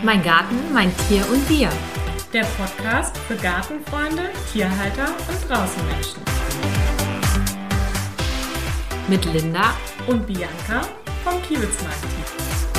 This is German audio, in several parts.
Mein Garten, mein Tier und wir. Der Podcast für Gartenfreunde, Tierhalter und Draußenmenschen. Mit Linda und Bianca vom Kiewitzmarkt.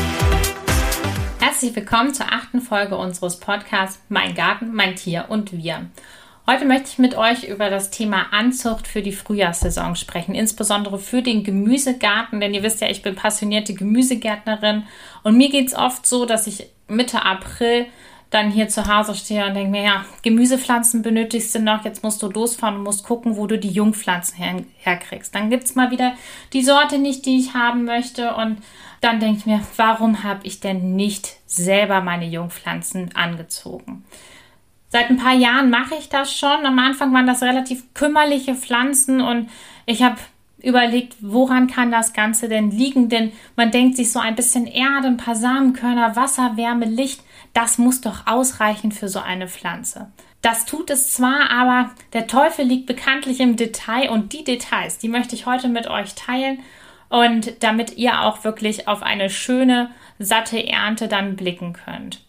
Herzlich willkommen zur 8. Folge unseres Podcasts Mein Garten, mein Tier und wir. Heute möchte ich mit euch über das Thema Anzucht für die Frühjahrssaison sprechen, insbesondere für den Gemüsegarten, denn ihr wisst ja, ich bin passionierte Gemüsegärtnerin und mir geht es oft so, dass ich Mitte April dann hier zu Hause stehe und denke mir, ja, Gemüsepflanzen benötigst du noch, jetzt musst du losfahren und musst gucken, wo du die Jungpflanzen herkriegst. Dann gibt es mal wieder die Sorte nicht, die ich haben möchte und dann denke ich mir, warum habe ich denn nicht selber meine Jungpflanzen angezogen? Seit ein paar Jahren mache ich das schon. Am Anfang waren das relativ kümmerliche Pflanzen und ich habe überlegt, woran kann das Ganze denn liegen? Denn man denkt sich so ein bisschen Erde, ein paar Samenkörner, Wasser, Wärme, Licht, das muss doch ausreichen für so eine Pflanze. Das tut es zwar, aber der Teufel liegt bekanntlich im Detail und die Details, die möchte ich heute mit euch teilen und damit ihr auch wirklich auf eine schöne, satte Ernte dann blicken könnt.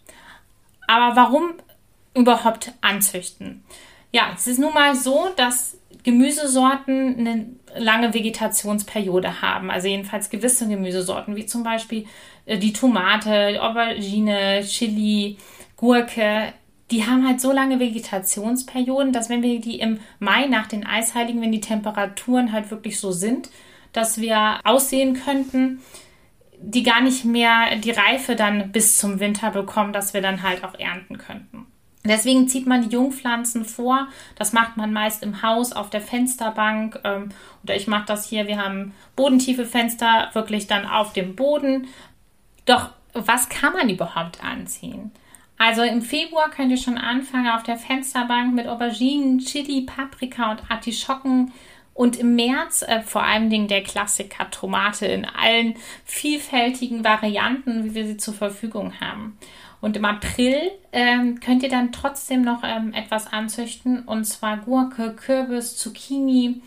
Aber warum überhaupt anzüchten? Ja, es ist nun mal so, dass Gemüsesorten eine lange Vegetationsperiode haben. Also jedenfalls gewisse Gemüsesorten, wie zum Beispiel die Tomate, Aubergine, Chili, Gurke, die haben halt so lange Vegetationsperioden, dass wenn wir die im Mai nach den Eisheiligen, wenn die Temperaturen halt wirklich so sind, dass wir aussehen könnten, die gar nicht mehr die Reife dann bis zum Winter bekommen, dass wir dann halt auch ernten könnten. Deswegen zieht man die Jungpflanzen vor. Das macht man meist im Haus auf der Fensterbank oder ich mache das hier. Wir haben bodentiefe Fenster, wirklich dann auf dem Boden. Doch was kann man überhaupt anziehen? Also im Februar könnt ihr schon anfangen auf der Fensterbank mit Auberginen, Chili, Paprika und Artischocken. Und im März vor allen Dingen der Klassiker Tomate in allen vielfältigen Varianten, wie wir sie zur Verfügung haben. Und im April könnt ihr dann trotzdem noch etwas anzüchten, und zwar Gurke, Kürbis, Zucchini,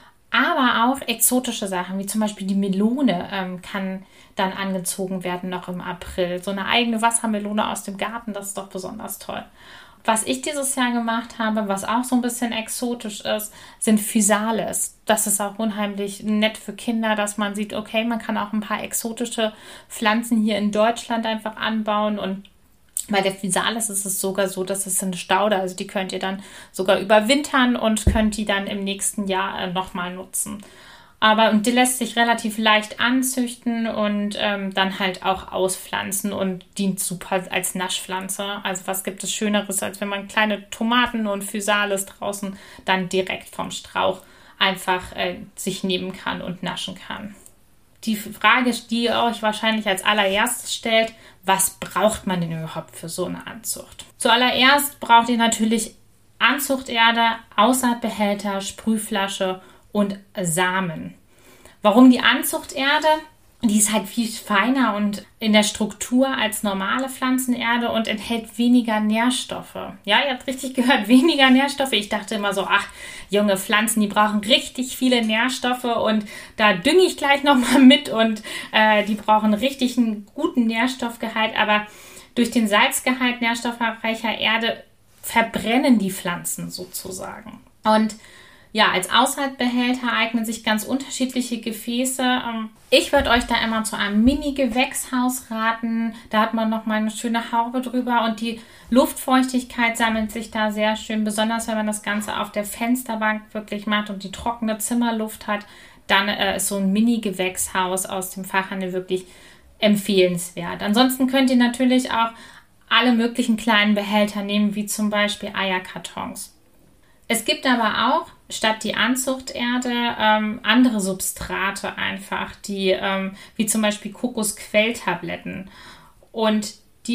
aber auch exotische Sachen, wie zum Beispiel die Melone kann dann angezogen werden noch im April. So eine eigene Wassermelone aus dem Garten, das ist doch besonders toll. Was ich dieses Jahr gemacht habe, was auch so ein bisschen exotisch ist, sind Physalis. Das ist auch unheimlich nett für Kinder, dass man sieht, okay, man kann auch ein paar exotische Pflanzen hier in Deutschland einfach anbauen. Und bei der Physalis ist es sogar so, dass es eine Staude, also die könnt ihr dann sogar überwintern und könnt die dann im nächsten Jahr nochmal nutzen. Und die lässt sich relativ leicht anzüchten und dann halt auch auspflanzen und dient super als Naschpflanze. Also was gibt es Schöneres, als wenn man kleine Tomaten und Physalis draußen dann direkt vom Strauch einfach sich nehmen kann und naschen kann. Die Frage, die ihr euch wahrscheinlich als allererstes stellt, was braucht man denn überhaupt für so eine Anzucht? Zuallererst braucht ihr natürlich Anzuchterde, Aussaatbehälter, Sprühflasche und Samen. Warum die Anzuchterde? Die ist halt viel feiner und in der Struktur als normale Pflanzenerde und enthält weniger Nährstoffe. Ja, ihr habt richtig gehört, weniger Nährstoffe. Ich dachte immer so, junge Pflanzen, die brauchen richtig viele Nährstoffe und da dünge ich gleich nochmal mit und die brauchen richtig einen guten Nährstoffgehalt. Aber durch den Salzgehalt nährstoffreicher Erde verbrennen die Pflanzen sozusagen. Und ja, als Aussaatbehälter eignen sich ganz unterschiedliche Gefäße. Ich würde euch da immer zu einem Mini-Gewächshaus raten. Da hat man nochmal eine schöne Haube drüber und die Luftfeuchtigkeit sammelt sich da sehr schön. Besonders wenn man das Ganze auf der Fensterbank wirklich macht und die trockene Zimmerluft hat, dann ist so ein Mini-Gewächshaus aus dem Fachhandel wirklich empfehlenswert. Ansonsten könnt ihr natürlich auch alle möglichen kleinen Behälter nehmen, wie zum Beispiel Eierkartons. Es gibt aber auch statt die Anzuchterde andere Substrate einfach, die wie zum Beispiel Kokosquelltabletten. Und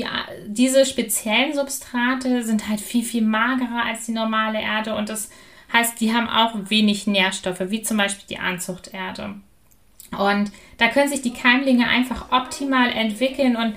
diese speziellen Substrate sind halt viel, viel magerer als die normale Erde und das heißt, die haben auch wenig Nährstoffe, wie zum Beispiel die Anzuchterde. Und da können sich die Keimlinge einfach optimal entwickeln und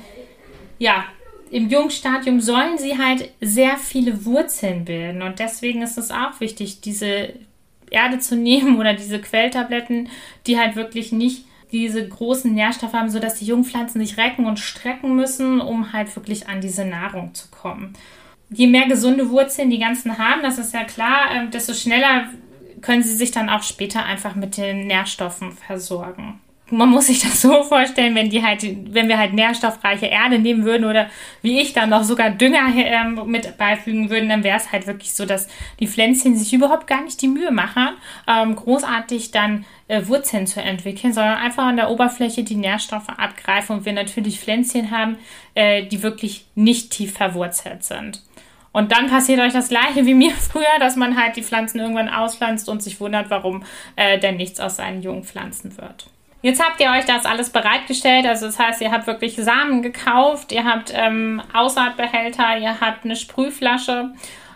ja, im Jungstadium sollen sie halt sehr viele Wurzeln bilden und deswegen ist es auch wichtig, diese Erde zu nehmen oder diese Quelltabletten, die halt wirklich nicht diese großen Nährstoffe haben, sodass die Jungpflanzen sich recken und strecken müssen, um halt wirklich an diese Nahrung zu kommen. Je mehr gesunde Wurzeln die ganzen haben, das ist ja klar, desto schneller können sie sich dann auch später einfach mit den Nährstoffen versorgen. Man muss sich das so vorstellen, wenn wir halt nährstoffreiche Erde nehmen würden oder wie ich dann noch sogar Dünger mit beifügen würden, dann wäre es halt wirklich so, dass die Pflänzchen sich überhaupt gar nicht die Mühe machen, großartig dann Wurzeln zu entwickeln, sondern einfach an der Oberfläche die Nährstoffe abgreifen und wir natürlich Pflänzchen haben, die wirklich nicht tief verwurzelt sind. Und dann passiert euch das Gleiche wie mir früher, dass man halt die Pflanzen irgendwann auspflanzt und sich wundert, warum denn nichts aus seinen jungen Pflanzen wird. Jetzt habt ihr euch das alles bereitgestellt, also das heißt, ihr habt wirklich Samen gekauft, ihr habt Aussaatbehälter, ihr habt eine Sprühflasche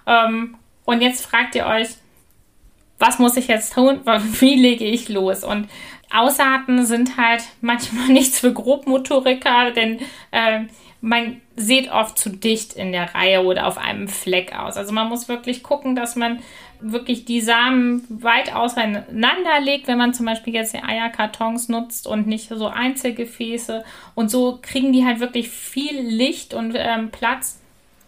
und jetzt fragt ihr euch, was muss ich jetzt tun, wie lege ich los? Und Aussaaten sind halt manchmal nichts für Grobmotoriker, denn man sieht oft zu dicht in der Reihe oder auf einem Fleck aus. Also man muss wirklich gucken, dass man wirklich die Samen weit auseinander legt, wenn man zum Beispiel jetzt die Eierkartons nutzt und nicht so Einzelgefäße. Und so kriegen die halt wirklich viel Licht und Platz.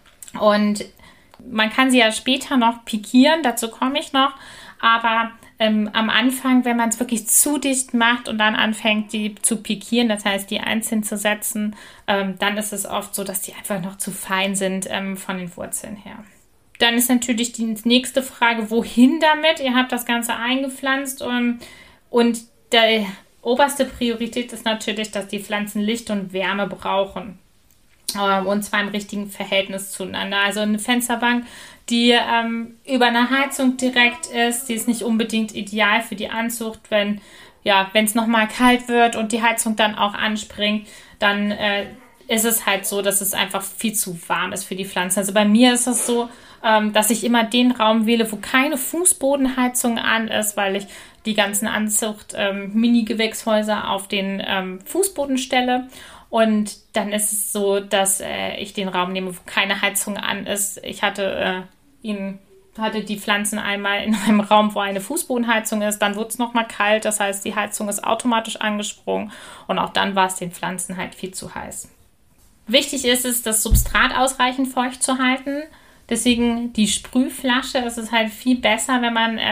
Und man kann sie ja später noch pikieren, dazu komme ich noch. Aber am Anfang, wenn man es wirklich zu dicht macht und dann anfängt, die zu pikieren, das heißt, die einzeln zu setzen, dann ist es oft so, dass die einfach noch zu fein sind von den Wurzeln her. Dann ist natürlich die nächste Frage, wohin damit? Ihr habt das Ganze eingepflanzt und die oberste Priorität ist natürlich, dass die Pflanzen Licht und Wärme brauchen. Und zwar im richtigen Verhältnis zueinander. Also eine Fensterbank, die über eine Heizung direkt ist, die ist nicht unbedingt ideal für die Anzucht. Wenn es nochmal kalt wird und die Heizung dann auch anspringt, dann ist es halt so, dass es einfach viel zu warm ist für die Pflanzen. Also bei mir ist es so, dass ich immer den Raum wähle, wo keine Fußbodenheizung an ist, weil ich die ganzen Anzucht-Mini-Gewächshäuser auf den Fußboden stelle. Und dann ist es so, dass ich den Raum nehme, wo keine Heizung an ist. Ich hatte die Pflanzen einmal in einem Raum, wo eine Fußbodenheizung ist. Dann wurde es nochmal kalt, das heißt, die Heizung ist automatisch angesprungen. Und auch dann war es den Pflanzen halt viel zu heiß. Wichtig ist es, das Substrat ausreichend feucht zu halten. Deswegen die Sprühflasche, es ist halt viel besser, wenn man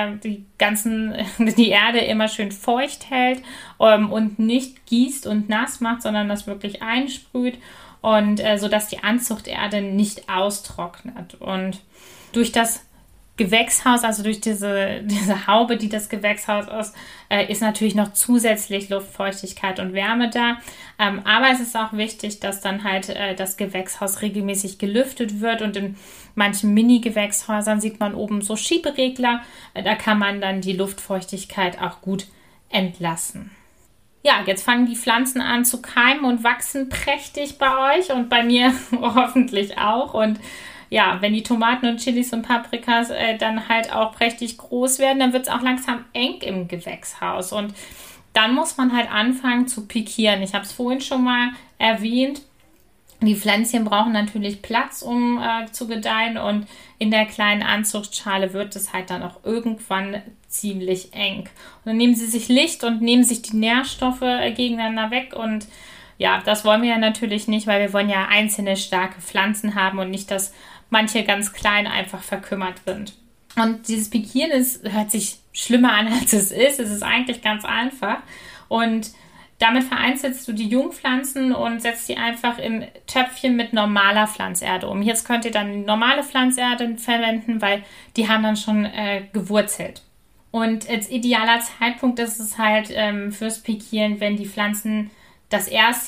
die Erde immer schön feucht hält und nicht gießt und nass macht, sondern das wirklich einsprüht und sodass die Anzuchterde nicht austrocknet. Und durch das Gewächshaus, also durch diese Haube, die das Gewächshaus ist natürlich noch zusätzlich Luftfeuchtigkeit und Wärme da. Aber es ist auch wichtig, dass dann halt das Gewächshaus regelmäßig gelüftet wird. Und in manchen Mini-Gewächshäusern sieht man oben so Schieberegler. Da kann man dann die Luftfeuchtigkeit auch gut entlassen. Ja, jetzt fangen die Pflanzen an zu keimen und wachsen prächtig bei euch und bei mir hoffentlich auch. Und ja, wenn die Tomaten und Chilis und Paprikas dann halt auch prächtig groß werden, dann wird es auch langsam eng im Gewächshaus. Und dann muss man halt anfangen zu pikieren. Ich habe es vorhin schon mal erwähnt. Die Pflänzchen brauchen natürlich Platz, um zu gedeihen. Und in der kleinen Anzuchtschale wird es halt dann auch irgendwann ziemlich eng. Und dann nehmen sie sich Licht und nehmen sich die Nährstoffe gegeneinander weg. Und ja, das wollen wir ja natürlich nicht, weil wir wollen ja einzelne starke Pflanzen haben und nicht, dass manche ganz klein einfach verkümmert sind. Und dieses Pikieren hört sich schlimmer an, als es ist. Es ist eigentlich ganz einfach. Und damit vereinzelst du die Jungpflanzen und setzt sie einfach in Töpfchen mit normaler Pflanzerde um. Jetzt könnt ihr dann normale Pflanzerde verwenden, weil die haben dann schon gewurzelt. Und als idealer Zeitpunkt ist es halt fürs Pikieren, wenn die Pflanzen das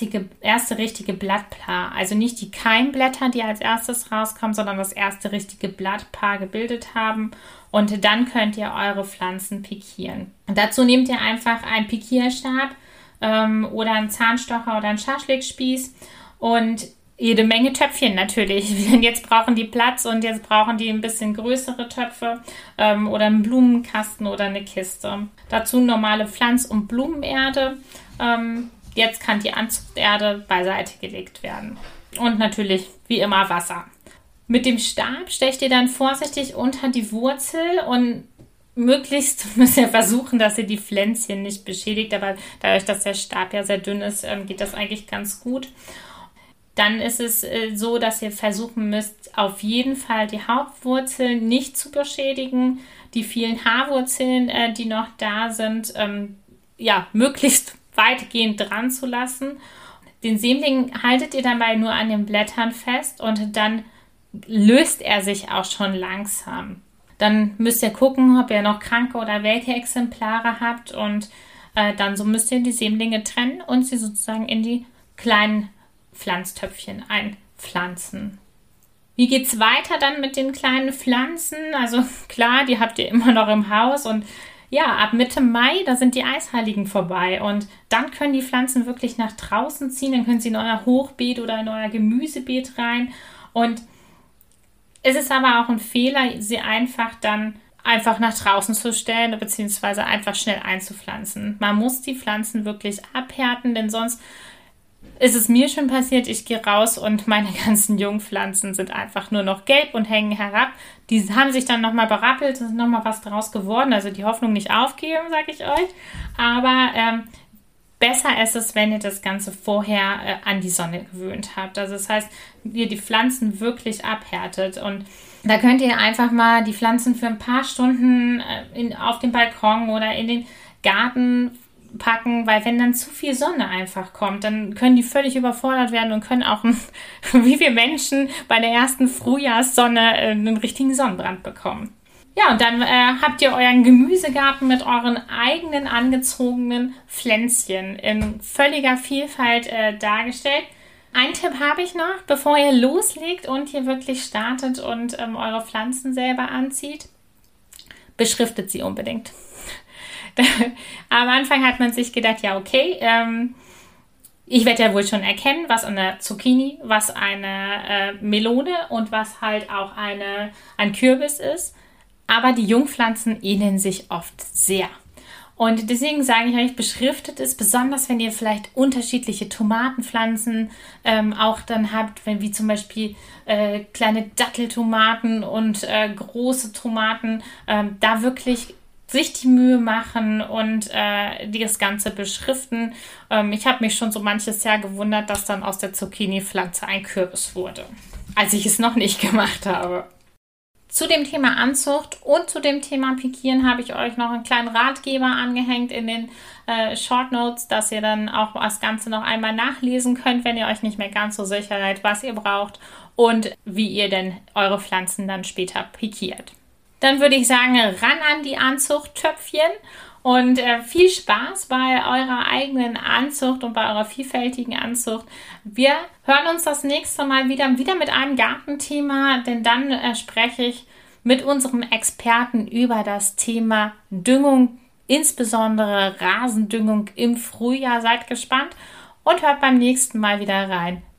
erste richtige Blattpaar, also nicht die Keimblätter, die als erstes rauskommen, sondern das erste richtige Blattpaar gebildet haben. Und dann könnt ihr eure Pflanzen pikieren. Und dazu nehmt ihr einfach einen Pikierstab oder einen Zahnstocher oder einen Schaschlikspieß und jede Menge Töpfchen natürlich. Denn jetzt brauchen die Platz und jetzt brauchen die ein bisschen größere Töpfe oder einen Blumenkasten oder eine Kiste. Dazu normale Pflanz- und Blumenerde. Jetzt kann die Anzuchterde beiseite gelegt werden. Und natürlich, wie immer, Wasser. Mit dem Stab stecht ihr dann vorsichtig unter die Wurzel und möglichst müsst ihr versuchen, dass ihr die Pflänzchen nicht beschädigt, aber dadurch, dass der Stab ja sehr dünn ist, geht das eigentlich ganz gut. Dann ist es so, dass ihr versuchen müsst, auf jeden Fall die Hauptwurzeln nicht zu beschädigen, die vielen Haarwurzeln, die noch da sind, möglichst weitgehend dran zu lassen. Den Sämling haltet ihr dabei nur an den Blättern fest und dann löst er sich auch schon langsam. Dann müsst ihr gucken, ob ihr noch kranke oder welke Exemplare habt und dann so müsst ihr die Sämlinge trennen und sie sozusagen in die kleinen Pflanztöpfchen einpflanzen. Wie geht's weiter dann mit den kleinen Pflanzen? Also klar, die habt ihr immer noch im Haus und ja, ab Mitte Mai, da sind die Eisheiligen vorbei und dann können die Pflanzen wirklich nach draußen ziehen, dann können sie in euer Hochbeet oder in euer Gemüsebeet rein und es ist aber auch ein Fehler, sie einfach nach draußen zu stellen beziehungsweise einfach schnell einzupflanzen. Man muss die Pflanzen wirklich abhärten, denn sonst ist es mir schon passiert, ich gehe raus und meine ganzen Jungpflanzen sind einfach nur noch gelb und hängen herab. Die haben sich dann nochmal berappelt, es ist nochmal was draus geworden. Also die Hoffnung nicht aufgeben, sage ich euch. Aber besser ist es, wenn ihr das Ganze vorher an die Sonne gewöhnt habt. Also das heißt, ihr die Pflanzen wirklich abhärtet. Und da könnt ihr einfach mal die Pflanzen für ein paar Stunden auf den Balkon oder in den Garten packen, weil wenn dann zu viel Sonne einfach kommt, dann können die völlig überfordert werden und können auch, wie wir Menschen, bei der ersten Frühjahrssonne einen richtigen Sonnenbrand bekommen. Ja, und dann habt ihr euren Gemüsegarten mit euren eigenen angezogenen Pflänzchen in völliger Vielfalt dargestellt. Einen Tipp habe ich noch, bevor ihr loslegt und ihr wirklich startet und eure Pflanzen selber anzieht, beschriftet sie unbedingt. Am Anfang hat man sich gedacht, ja okay, ich werde ja wohl schon erkennen, was eine Zucchini, was eine Melone und was halt auch ein Kürbis ist. Aber die Jungpflanzen ähneln sich oft sehr. Und deswegen sage ich euch, beschriftet es, besonders wenn ihr vielleicht unterschiedliche Tomatenpflanzen auch dann habt, wie zum Beispiel kleine Datteltomaten und große Tomaten, da wirklich sich die Mühe machen und das Ganze beschriften. Ich habe mich schon so manches Jahr gewundert, dass dann aus der Zucchini-Pflanze ein Kürbis wurde, als ich es noch nicht gemacht habe. Zu dem Thema Anzucht und zu dem Thema Pikieren habe ich euch noch einen kleinen Ratgeber angehängt in den Short Notes, dass ihr dann auch das Ganze noch einmal nachlesen könnt, wenn ihr euch nicht mehr ganz so sicher seid, was ihr braucht und wie ihr denn eure Pflanzen dann später pikiert. Dann würde ich sagen, ran an die Anzuchttöpfchen und viel Spaß bei eurer eigenen Anzucht und bei eurer vielfältigen Anzucht. Wir hören uns das nächste Mal wieder mit einem Gartenthema, denn dann spreche ich mit unserem Experten über das Thema Düngung, insbesondere Rasendüngung im Frühjahr. Seid gespannt und hört beim nächsten Mal wieder rein.